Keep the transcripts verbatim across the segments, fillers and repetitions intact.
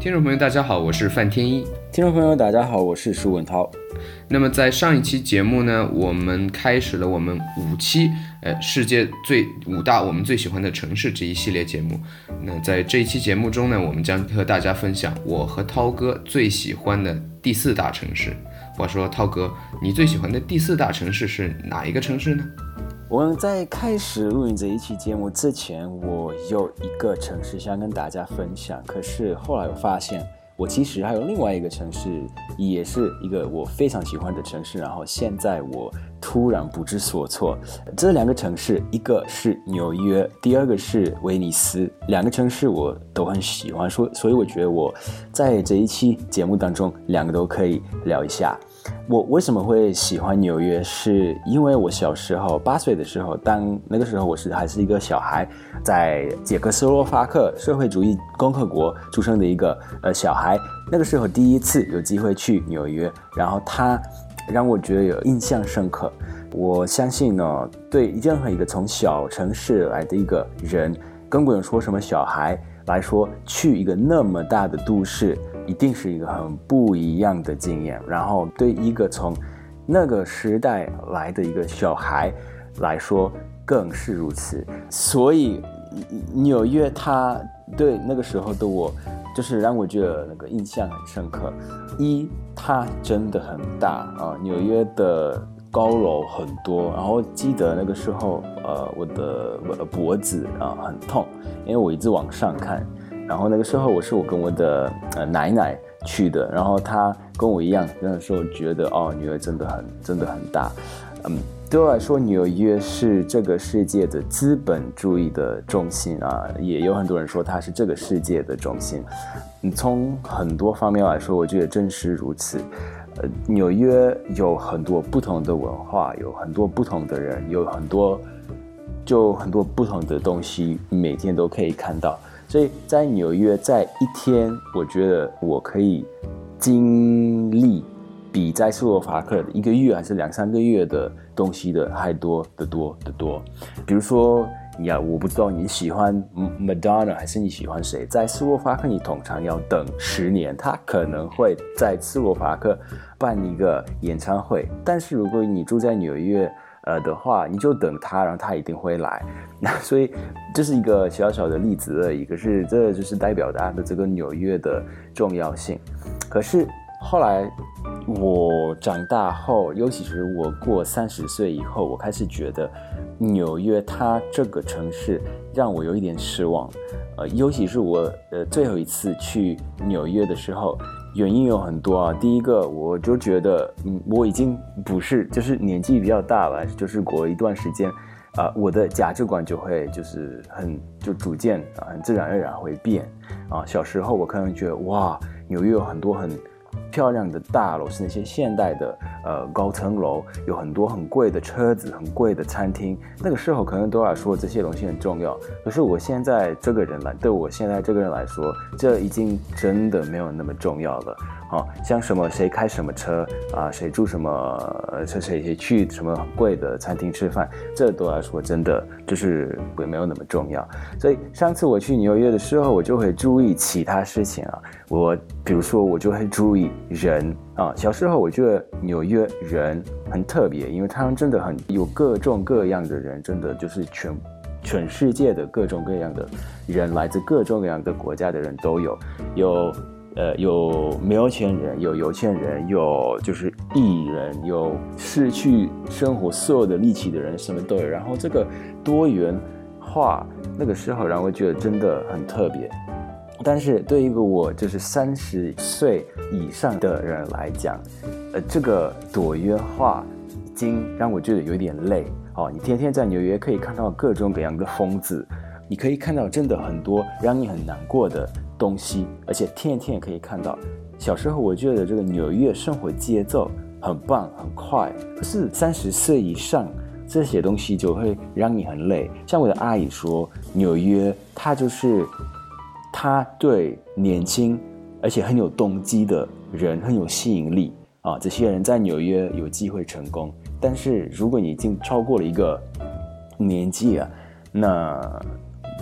听众朋友大家好，我是范天一。 听众朋友大家好，我是舒文涛。 那么在上一期节目呢，我们开始了我们五期呃世界最五大我们最喜欢的城市这一系列节目。那在这一期节目中呢，我们将和大家分享我和涛哥最喜欢的第四大城市。话说涛哥，你最喜欢的第四大城市是哪一个城市呢？ 我们在开始录音这一期节目之前，我有一个城市想跟大家分享，可是后来我发现我其实还有另外一个城市，也是一个我非常喜欢的城市，然后现在我突然不知所措。这两个城市，一个是纽约，第二个是威尼斯，两个城市我都很喜欢，所以我觉得我在这一期节目当中两个都可以聊一下。我为什么会喜欢纽约，是因为我小时候八岁的时候，当那个时候我是还是一个小孩，在捷克斯洛伐克社会主义共和国出生的一个呃小孩，那个时候第一次有机会去纽约，然后他让我觉得有印象深刻。我相信呢，对任何一个从小城市来的一个人，更不用说什么小孩来说，去一个那么大的都市一定是一个很不一样的经验，然后对一个从那个时代来的一个小孩来说更是如此。所以纽约它对那个时候的我就是让我觉得那个印象很深刻。一，它真的很大啊，纽约的高楼很多，然后记得那个时候呃我的我的脖子啊很痛，因为我一直往上看。然后那个时候我是我跟我的呃奶奶去的，然后她跟我一样，那个时候觉得哦，纽约真的很真的很大。嗯，对我来说，纽约是这个世界的资本主义的中心啊，也有很多人说它是这个世界的中心。嗯，从很多方面来说，我觉得真是如此。呃，纽约有很多不同的文化，有很多不同的人，有很多就很多不同的东西，每天都可以看到。所以在纽约，在一天，我觉得我可以经历比在斯洛伐克的一个月还是两三个月的东西的还多得多得多。比如说，呀，我不知道你喜欢 Madonna 还是你喜欢谁，在斯洛伐克你通常要等十年，他可能会在斯洛伐克办一个演唱会，但是如果你住在纽约呃的话，你就等他，然后他一定会来。那所以这是一个小小的例子而已，可是这就是代表他的这个纽约的重要性。可是后来我长大后，尤其是我过三十岁以后，我开始觉得纽约它这个城市让我有一点失望。呃，尤其是我呃最后一次去纽约的时候。原因有很多啊，第一个我就觉得，嗯，我已经不是，就是年纪比较大了，就是过了一段时间，啊、呃，我的价值观就会就是很就逐渐啊，很自然而然会变啊。小时候我可能觉得哇，纽约有很多很漂亮的大楼，是那些现代的呃高层楼，有很多很贵的车子，很贵的餐厅。那个时候可能对我来说这些东西很重要，可是我现在这个人来，对我现在这个人来说，这已经真的没有那么重要了。啊，像什么谁开什么车啊，谁住什么，谁谁谁去什么很贵的餐厅吃饭，这对我来说真的就是也没有那么重要。所以上次我去纽约的时候，我就会注意其他事情啊。我比如说我就会注意人啊。小时候我觉得纽约人很特别，因为他们真的很有各种各样的人，真的就是全全世界的各种各样的人，来自各种各样的国家的人都有，有。呃，有没有钱人，有有钱人，有就是艺人，有失去生活所有的力气的人，什么都有。然后这个多元化，那个时候让我觉得真的很特别。但是对一个我就是三十岁以上的人来讲，呃，这个多元化已经让我觉得有点累。哦，你天天在纽约可以看到各种各样的疯子，你可以看到真的很多让你很难过的东西，而且天天可以看到。小时候我觉得这个纽约生活节奏很棒很快，可是三十岁以上这些东西就会让你很累。像我的阿姨说，纽约它就是它对年轻而且很有动机的人很有吸引力啊，这些人在纽约有机会成功。但是如果你已经超过了一个年纪啊，那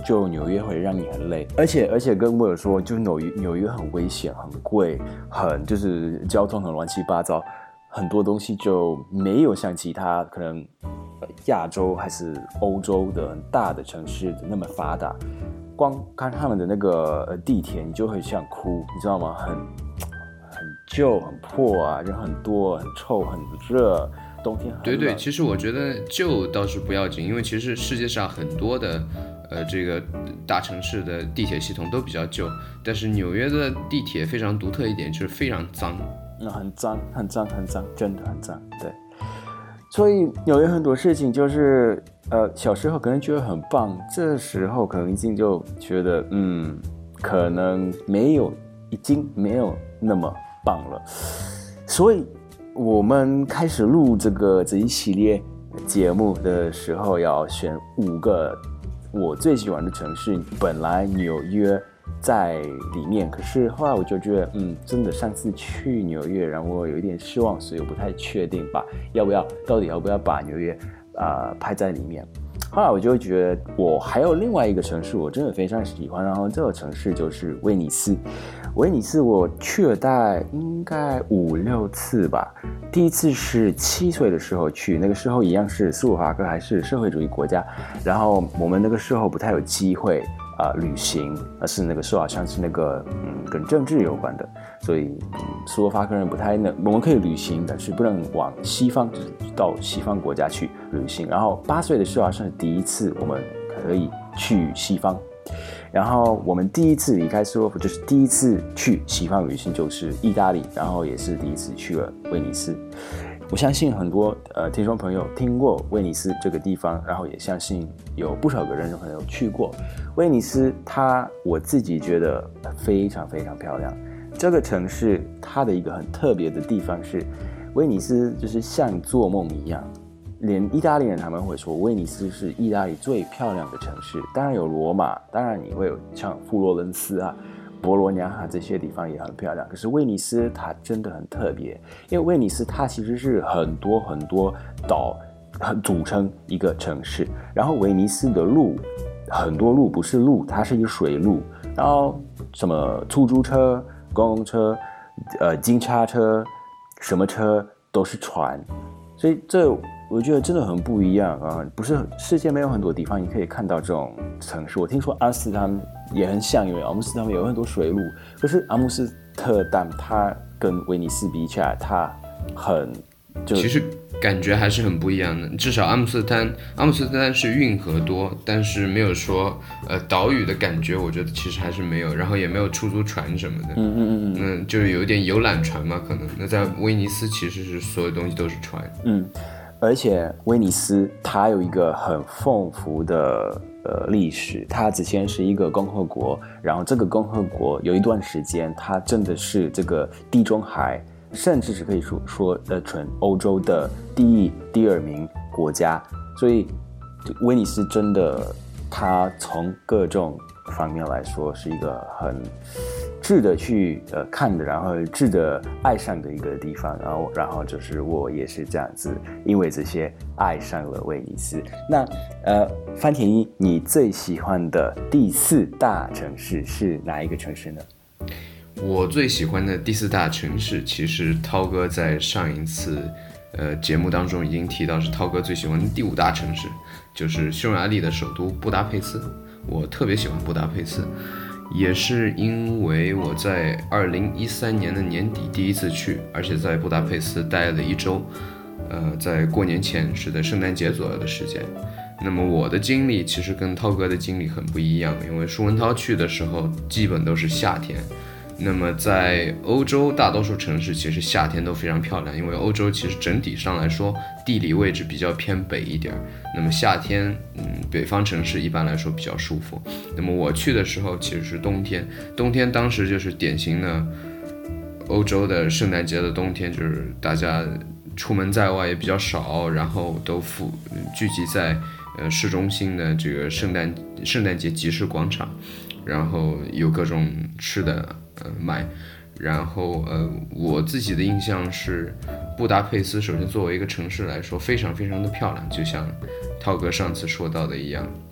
就纽约会让你很累，而且而且跟我有说，就纽约纽约很危险、很贵、很就是交通很乱七八糟，很多东西就没有像其他可能亚洲还是欧洲的很大的城市那么发达。光看他们的那个地铁，你就会想哭，你知道吗？很很旧、很破啊，人很多、很臭、很热。冬天很冷。 对对，其实我觉得旧倒是不要紧，因为其实世界上很多的呃这个大城市的地铁系统都比较旧，但是纽约的地铁非常独特一点，就是非常脏。 嗯，很脏，很脏，很脏，真的很脏。对，所以纽约很多事情就是呃小时候可能觉得很棒，这时候可能已经就觉得嗯可能没有，已经没有那么棒了，所以。我们开始录这个这一系列节目的时候，要选五个我最喜欢的城市。本来纽约在里面，可是后来我就觉得，嗯，真的上次去纽约让我有一点失望，所以我不太确定吧，要不要到底要不要把纽约啊、呃、排在里面。后来我就觉得，我还有另外一个城市，我真的非常喜欢，然后这个城市就是威尼斯。威尼斯我去了大概应该五六次吧，第一次是七岁的时候去，那个时候一样是斯洛伐克还是社会主义国家，然后我们那个时候不太有机会啊、呃、旅行，而是那个时候好像是那个嗯跟政治有关的，所以、嗯、斯洛伐克人不太能，我们可以旅行，但是不能往西方，就是到西方国家去旅行。然后八岁的时候好像是第一次我们可以去西方。然后我们第一次离开斯洛伐克，就是第一次去西方旅行，就是意大利，然后也是第一次去了威尼斯。我相信很多呃听众朋友听过威尼斯这个地方，然后也相信有不少个人朋友去过威尼斯。它我自己觉得非常非常漂亮。这个城市它的一个很特别的地方是，威尼斯就是像做梦一样。连意大利人他们会说威尼斯是意大利最漂亮的城市，当然有罗马，当然你会有像佛罗伦斯啊、博罗尼亚啊这些地方也很漂亮，可是威尼斯它真的很特别，因为威尼斯它其实是很多很多岛组成一个城市，然后威尼斯的路很多路不是路，它是一个水路，然后什么出租车、公共车、呃警察车、什么车都是船，所以这我觉得真的很不一样啊！不是世界没有很多地方你可以看到这种城市。我听说阿姆斯特丹也很像，因为阿姆斯特丹有很多水路，可是阿姆斯特丹它跟威尼斯比起来，它很就其实感觉还是很不一样的。至少阿姆斯特丹，阿姆斯特丹是运河多，但是没有说呃岛屿的感觉，我觉得其实还是没有。然后也没有出租船什么的， 嗯嗯嗯嗯，那就是有一点游览船嘛，可能。那在威尼斯其实是所有东西都是船， 嗯。而且威尼斯它有一个很丰富的呃历史，它之前是一个共和国，然后这个共和国有一段时间它真的是这个地中海，甚至是可以说说呃全欧洲的第一、第二名国家，所以威尼斯真的它从各种方面来说是一个很值得去呃看的，然后值得爱上的一个地方，然后然后就是我也是这样子，因为这些爱上了威尼斯。那呃，范田一，你最喜欢的第四大城市是哪一个城市呢？ 我最喜欢的第四大城市，其实涛哥在上一次呃节目当中已经提到，是涛哥最喜欢的第五大城市，就是匈牙利的首都布达佩斯。我特别喜欢布达佩斯。也是因为我在二零一三年的年底第一次去，而且在布达佩斯待了一周，呃，在过年前是在圣诞节左右的时间。那么我的经历其实跟涛哥的经历很不一样，因为舒文涛去的时候基本都是夏天。那么在欧洲大多数城市其实夏天都非常漂亮，因为欧洲其实整体上来说地理位置比较偏北一点，那么夏天嗯，北方城市一般来说比较舒服。那么我去的时候其实是冬天，冬天当时就是典型的欧洲的圣诞节的冬天，就是大家出门在外也比较少，然后都附聚集在呃市中心的这个圣诞圣诞节集市广场，然后有各种吃的呃卖。然后呃，我自己的印象是，布达佩斯首先作为一个城市来说，非常非常的漂亮，就像涛哥上次说到的一样，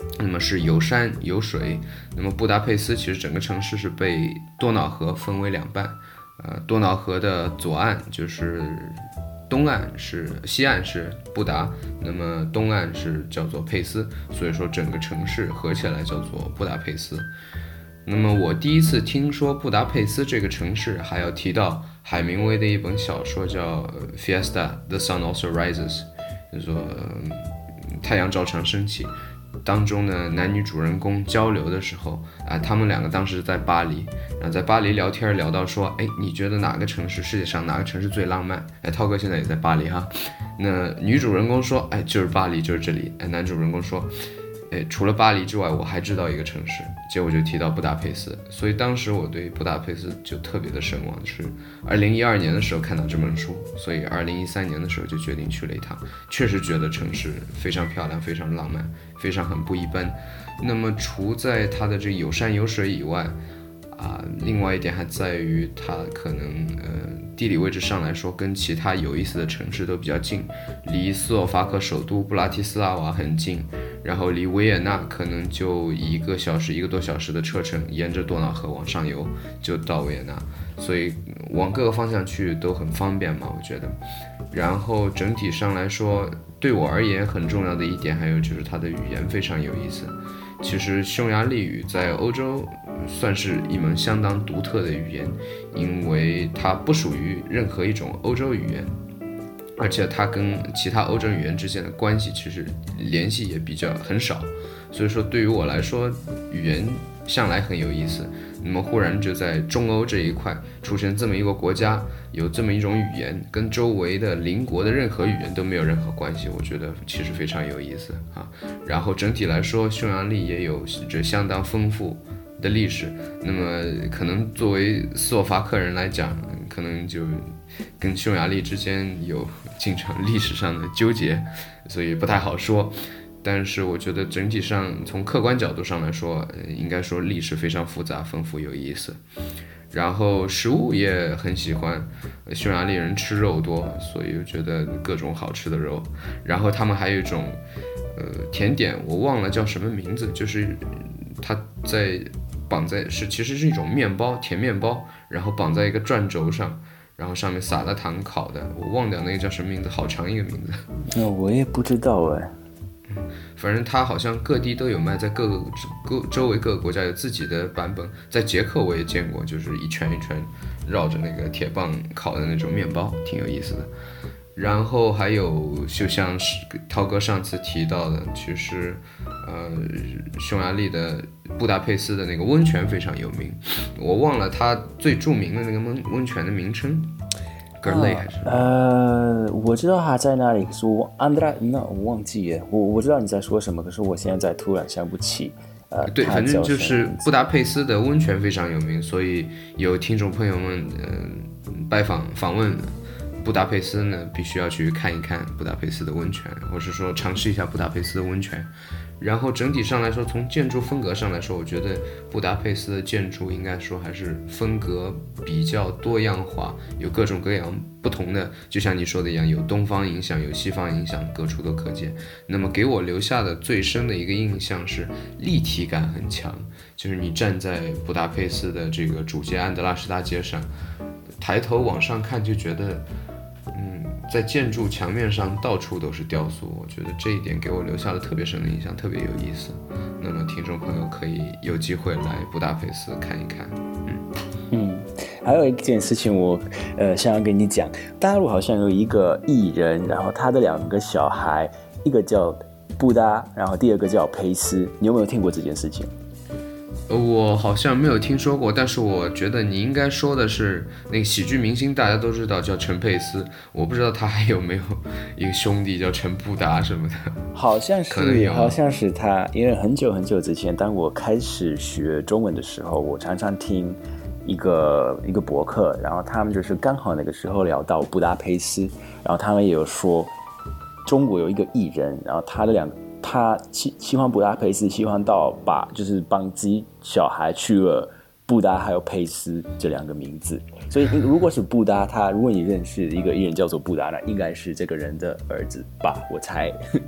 那么是有山有水。那么布达佩斯其实整个城市是被多瑙河分为两半，呃，多瑙河的左岸就是东岸是西岸是布达，那么东岸是叫做佩斯，所以说整个城市合起来叫做布达佩斯。那么我第一次听说布达佩斯这个城市，还要提到海明威的一本小说叫《Fiesta The Sun Also Rises》，就是说、嗯、太阳照常升起。当中呢，男女主人公交流的时候啊，他们两个当时在巴黎，然后在巴黎聊天聊到说，哎，你觉得哪个城市世界上哪个城市最浪漫？哎，涛哥现在也在巴黎哈。那女主人公说，哎，就是巴黎，就是这里。哎，男主人公说，哎，除了巴黎之外，我还知道一个城市，结果就提到布达佩斯。所以当时我对布达佩斯就特别的神往，是二零一二年的时候看到这本书，所以二零一三年的时候就决定去了一趟，确实觉得城市非常漂亮，非常浪漫，非常很不一般。那么除在它的这有山有水以外啊，另外一点还在于它可能呃地理位置上来说跟其他有意思的城市都比较近，离斯洛伐克首都布拉提斯拉瓦很近，然后离维也纳可能就一个小时一个多小时的车程，沿着多瑙河往上游就到维也纳，所以往各个方向去都很方便嘛，我觉得。然后整体上来说，对我而言很重要的一点还有就是它的语言非常有意思。其实匈牙利语在欧洲算是一门相当独特的语言，因为它不属于任何一种欧洲语言，而且它跟其他欧洲语言之间的关系其实联系也比较很少，所以说对于我来说语言向来很有意思。那么忽然就在中欧这一块出现这么一个国家，有这么一种语言，跟周围的邻国的任何语言都没有任何关系，我觉得其实非常有意思啊。然后整体来说，匈牙利也有着相当丰富的历史，那么可能作为斯洛伐克人来讲，可能就跟匈牙利之间有经常历史上的纠结，所以不太好说。但是我觉得整体上从客观角度上来说，应该说历史非常复杂丰富有意思。然后食物也很喜欢，匈牙利人吃肉多，所以我觉得各种好吃的肉。然后他们还有一种呃甜点，我忘了叫什么名字，就是它在绑在是其实是一种面包，甜面包，然后绑在一个转轴上，然后上面撒了糖烤的，我忘掉那个叫什么名字，好长一个名字。 那我也不知道哎。 反正它好像各地都有卖，在各个各周围各个国家有自己的版本。在捷克我也见过，就是一圈一圈绕着那个铁棒烤的那种面包，挺有意思的。然后还有就像是涛哥上次提到的，其实呃匈牙利的布达佩斯的那个温泉非常有名，我忘了它最著名的那个温温泉的名称。 啊、呃，我知道他在那里，可是我安德拉，那我忘记了，我我知道你在说什么，可是我现在突然想不起。呃， 对，反正就是布达佩斯的温泉非常有名，所以有听众朋友们，嗯、呃，拜访访问布达佩斯呢，必须要去看一看布达佩斯的温泉，或是说尝试一下布达佩斯的温泉。然后整体上来说，从建筑风格上来说，我觉得布达佩斯的建筑应该说还是风格比较多样化，有各种各样不同的，就像你说的一样，有东方影响，有西方影响，各处都可见。那么给我留下的最深的一个印象是立体感很强，就是你站在布达佩斯的这个主街安德拉施大街上，抬头往上看就觉得嗯，在建筑墙面上到处都是雕塑，我觉得这一点给我留下了特别深的印象，特别有意思。那么听众朋友可以有机会来布达佩斯看一看。嗯嗯，还有一件事情我呃想要跟你讲，大陆好像有一个艺人，然后他的两个小孩，一个叫布达，然后第二个叫佩斯，你有没有听过这件事情？ 我好像没有听说过，但是我觉得你应该说的是那个喜剧明星，大家都知道叫陈佩斯，我不知道他还有没有一个兄弟叫陈布达什么的。 好像是，好像是他，因为很久很久之前，当我开始学中文的时候，我常常听一个一个博客，然后他们就是刚好那个时候聊到布达佩斯，然后他们也有说中国有一个艺人，然后他的两个。他希希望布达佩斯希望到把就是帮自己小孩去了布达还有佩斯这两个名字，所以如果是布达，他如果你认识一个艺人叫做布达，那应该是这个人的儿子吧，我猜。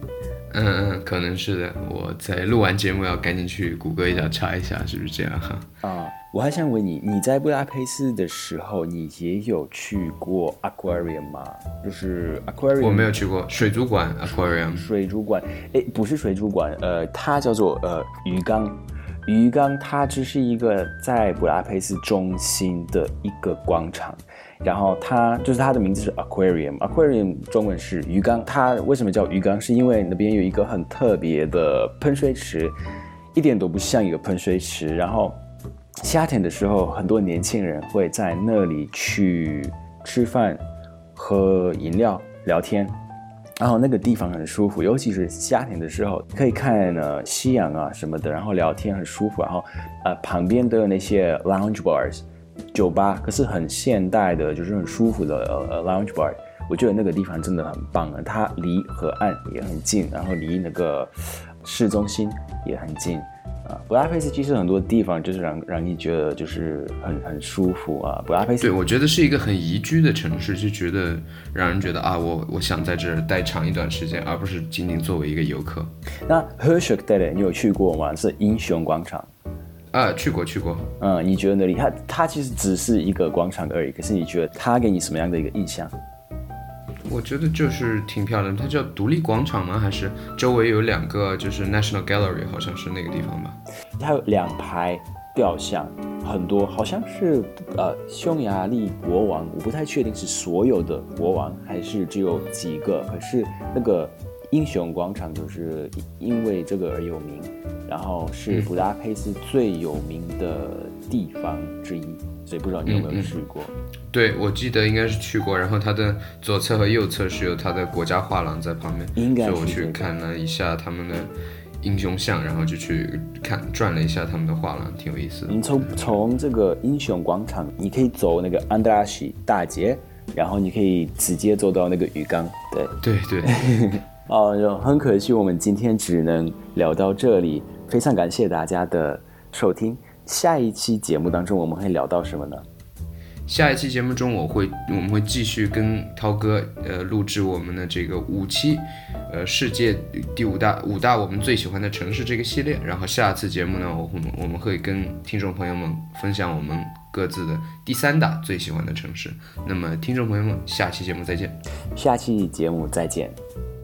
嗯嗯，可能是的。我在录完节目要赶紧去谷歌一下查一下，是不是这样哈？ 啊，我还想问你，你在布达佩斯的时候，你也有去过 aquarium 吗？就是 aquarium， 我没有去过水族馆 aquarium。 水族馆，诶，不是水族馆，呃，它叫做呃鱼缸。鱼缸它只是一个在布达佩斯中心的一个广场，然后它就是它的名字是 aquarium，aquarium 中文是鱼缸。它为什么叫鱼缸？是因为那边有一个很特别的喷水池，一点都不像一个喷水池。然后夏天的时候，很多年轻人会在那里去吃饭、喝饮料、聊天。然后那个地方很舒服，尤其是夏天的时候，可以看呃夕阳啊什么的，然后聊天很舒服。然后呃旁边都有那些 lounge bars 酒吧，可是很现代的，就是很舒服的呃 lounge bar。我觉得那个地方真的很棒啊，它离河岸也很近，然后离那个市中心也很近。啊，布达佩斯其实很多地方就是让让你觉得就是很很舒服啊。布达佩斯， 对，我觉得是一个很宜居的城市，就觉得让人觉得啊，我我想在这儿待长一段时间，而不是仅仅作为一个游客。 那 Hershey 你有去过吗？是英雄广场。 啊，去过去过。 嗯，你觉得那里它它其实只是一个广场而已，可是你觉得它给你什么样的一个印象？ 我觉得就是挺漂亮的，它叫独立广场吗？还是周围有两个就是 National Gallery， 好像是那个地方吧？ 它有两排雕像，很多，好像是呃匈牙利国王，我不太确定是所有的国王还是只有几个。可是那个英雄广场就是因为这个而有名，然后是布达佩斯最有名的地方之一。所以不知道你有没有去过？ 嗯嗯，对，我记得应该是去过，然后它的左侧和右侧是有它的国家画廊在旁边， 应该是所以我去看了一下他们的英雄像，然后就去看转了一下他们的画廊，挺有意思的。 你从从这个英雄广场，你可以走那个安德拉西大街，然后你可以直接走到那个鱼缸。对对对。 哦，很可惜我们今天只能聊到这里，非常感谢大家的收听。下一期节目当中我们会聊到什么呢？ 下一期节目中我会我们会继续跟涛哥呃录制我们的这个五期呃世界第五大五大我们最喜欢的城市这个系列，然后下次节目呢我们我们会跟听众朋友们分享我们各自的第三大最喜欢的城市。那么听众朋友们，下期节目再见。 下期节目再见。